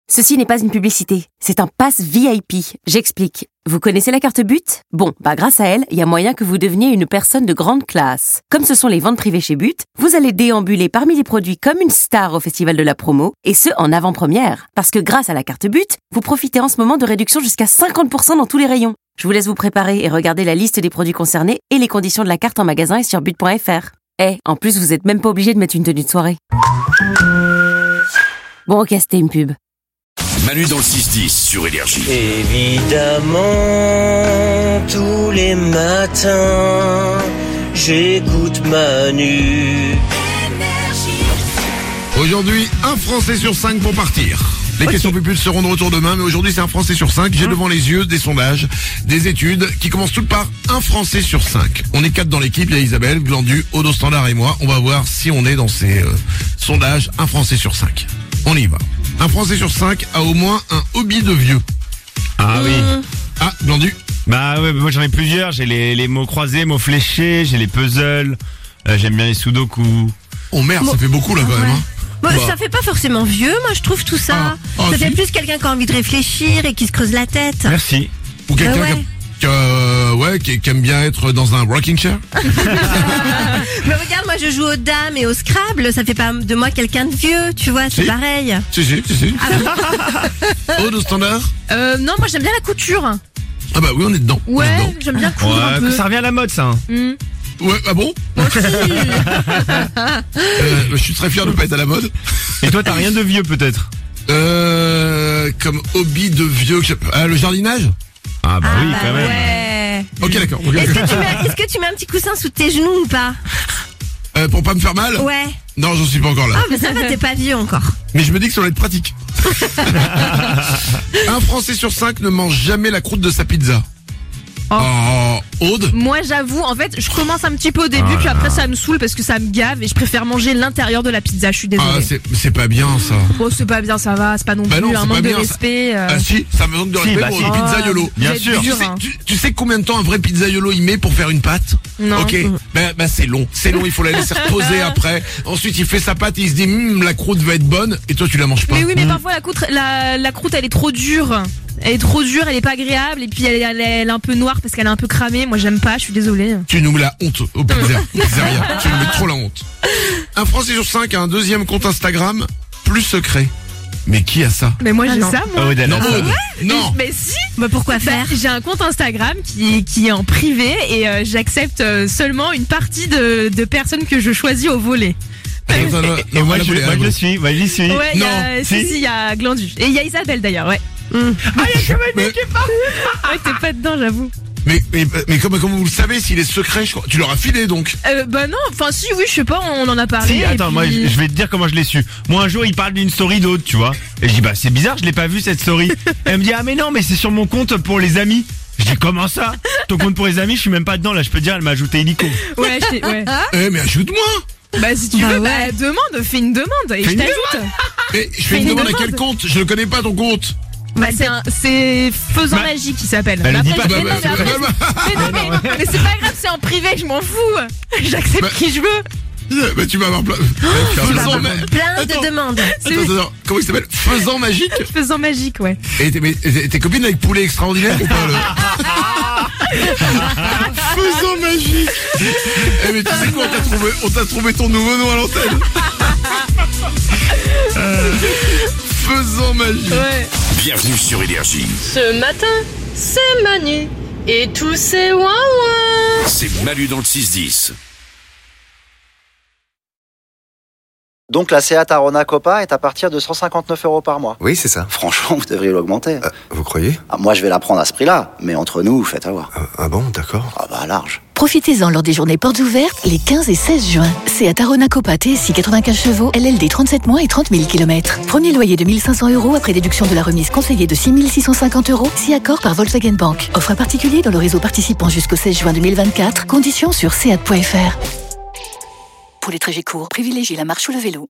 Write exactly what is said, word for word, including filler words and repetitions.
Ceci n'est pas une publicité, c'est un pass V I P. J'explique. Vous connaissez la carte But ? Bon, bah grâce à elle, il y a moyen que vous deveniez une personne de grande classe. Comme ce sont les ventes privées chez But, vous allez déambuler parmi les produits comme une star au festival de la promo, et ce en avant-première. Parce que grâce à la carte But, vous profitez en ce moment de réductions jusqu'à cinquante pour cent dans tous les rayons. Je vous laisse vous préparer et regarder la liste des produits concernés et les conditions de la carte en magasin et sur but point f r. Eh, en plus, vous êtes même pas obligé de mettre une tenue de soirée. Bon, ok, c'était une pub. Manu dans le six dix sur Énergie. Évidemment, tous les matins, j'écoute Manu. Aujourd'hui, un Français sur cinq pour partir. Les okay. questions pupilles seront de retour demain, mais aujourd'hui c'est un Français sur cinq. J'ai mmh. devant les yeux des sondages, des études qui commencent toutes par un Français sur cinq. On est quatre dans l'équipe, il y a Isabelle, Glandu, Odo Standard et moi. On va voir si on est dans ces euh, sondages, un Français sur cinq. On y va. Un Français sur cinq a au moins un hobby de vieux. Ah mmh. oui. Ah, Glandu. Bah ouais, moi j'en ai plusieurs. J'ai les, les mots croisés, mots fléchés, j'ai les puzzles, euh, j'aime bien les sudoku. Oh merde, bon. Ça fait beaucoup là quand ouais. même. Hein. Bon, bah. Ça fait pas forcément vieux, moi je trouve tout ça. Ah. Ah, ça si. fait plus quelqu'un qui a envie de réfléchir et qui se creuse la tête. Merci. Ou quelqu'un bah ouais. qui, a, qui, a, ouais, qui, qui aime bien être dans un rocking chair. Mais regarde, moi je joue aux dames et au Scrabble, ça fait pas de moi quelqu'un de vieux, tu vois, c'est si. pareil. Si, si, si, si. Odo Standard. Euh, non, moi j'aime bien la couture. Ah bah oui, on est dedans. Ouais, est dedans. j'aime bien coudre ouais, un peu. Ça revient à la mode, ça. Hein. Mmh. Ouais, ah bon euh, Je suis très fier de pas être à la mode. Et toi, t'as rien de vieux, peut-être? Euh, comme hobby de vieux, ah, le jardinage. Ah bah ah oui, bah quand même. Ouais. Ok, d'accord. Okay, est-ce, d'accord. que tu mets, est-ce que tu mets un petit coussin sous tes genoux ou pas? euh, Pour pas me faire mal? Ouais. Non, j'en suis pas encore là. Ah, mais ça va, t'es pas vieux encore. Mais je me dis que ça va être pratique. Un Français sur cinq ne mange jamais la croûte de sa pizza. Oh. Oh, Aude. Moi j'avoue, en fait, je commence un petit peu au début, oh puis là après là. ça me saoule parce que ça me gave et je préfère manger l'intérieur de la pizza, je suis désolée. Ah, c'est, c'est pas bien ça. Bon, c'est pas bien, ça va, c'est pas non Bah plus non, un c'est manque pas de bien, respect. Euh... Ah si, ça me manque de Si, respect bah pour si. une Oh, pizzaiolo. Bien vous êtes sûr. Tu dur, sais, hein. tu, tu sais combien de temps un vrai pizzaiolo il met pour faire une pâte? Non. Ok, bah, bah c'est long, c'est long, il faut la laisser reposer après. Ensuite il fait sa pâte et il se dit hm, la croûte va être bonne et toi tu la manges pas. Mais oui, mais Mmh. parfois la croûte, la, la croûte elle est trop dure. Elle est trop dure, elle est pas agréable et puis elle, elle, elle est un peu noire parce qu'elle est un peu cramée. Moi j'aime pas, je suis désolée. Tu nous mets la honte au pizza, au pizzeria. Tu nous mets trop la honte. Un Français sur cinq a un deuxième compte Instagram plus secret. Mais qui a ça? Mais moi Ah j'ai non. ça, moi. Ah ouais, Non, Aude. non. Mais si. Bah pourquoi Bah, faire? j'ai un compte Instagram qui, qui est en privé et euh, j'accepte euh, seulement une partie de, de personnes que je choisis au volet. Attends, attends, Et non, moi, à la je, volée, à moi la je le volée. suis, moi j'y suis. Ouais, il y a, Non. si, Si. si, il y a Glandu. Et il y a Isabelle d'ailleurs, ouais. Mmh. Ah, il y a Mais- qui est pas. Ouais, t'es pas dedans, j'avoue. Mais, mais, mais comme, comme vous le savez, s'il est secret, je crois, tu l'auras filé donc. Euh, bah non, enfin si, oui, je sais pas, on en a parlé. Si, et attends, puis- moi je je vais te dire comment je l'ai su. Moi un jour il parle d'une story d'Aude, tu vois. Et je dis bah c'est bizarre, je l'ai pas vu cette story. Elle me dit ah mais non mais c'est sur mon compte pour les amis. Je dis comment ça? Ton compte pour les amis, je suis même pas dedans là, je peux te dire elle m'a ajouté illico. Ouais, je sais- ouais. Eh mais ajoute-moi. Bah si tu Bah veux, ouais. bah demande, fais une demande et Fais je une t'ajoute. Mais je fais Fais une une demande à demande. quel compte? Je ne connais pas ton compte. Bah c'est un- c'est faisant Bah, magique qui s'appelle. bah, le Mais dis après, pas, je- bah, mais bah, non, mais bah, après, bah, mais non, mais- mais c'est pas grave, c'est en privé, je m'en fous. J'accepte Bah, qui je veux. bah, tu vas avoir plein. Tu vas Faisant avoir ma- plein Attends. de demandes. Attends, attends, attends. Comment il s'appelle? Faisant magique? Faisant magique, ouais. Et t'es, mais, t'es, t'es copine avec Poulet Extraordinaire ou pas le... Faisant magique. Eh mais tu sais quoi, on t'a trouvé, on t'a trouvé ton nouveau nom à l'antenne. Euh, Faisant magique. Ouais. Bienvenue sur Énergie. Ce matin, c'est Manu et tous ces ouin ouin. C'est Manu dans le six dix. Donc la Seat Arona Copa est à partir de cent cinquante-neuf euros par mois. Oui, c'est ça. Franchement, vous devriez l'augmenter. Euh, vous croyez? Ah, moi, je vais la prendre à ce prix-là, mais entre nous, faites avoir. Ah, ah bon, d'accord. Ah bah large. Profitez-en lors des journées portes ouvertes les quinze et seize juin. Seat Arona Copa T S I quatre-vingt-quinze chevaux, L L D trente-sept mois et trente mille kilomètres. Premier loyer de mille cinq cents euros après déduction de la remise conseillée de six mille six cent cinquante euros, si accord par Volkswagen Bank. Offre à particulier dans le réseau participant jusqu'au seize juin deux mille vingt-quatre. Conditions sur seat point f r. Pour les trajets courts, privilégiez la marche ou le vélo.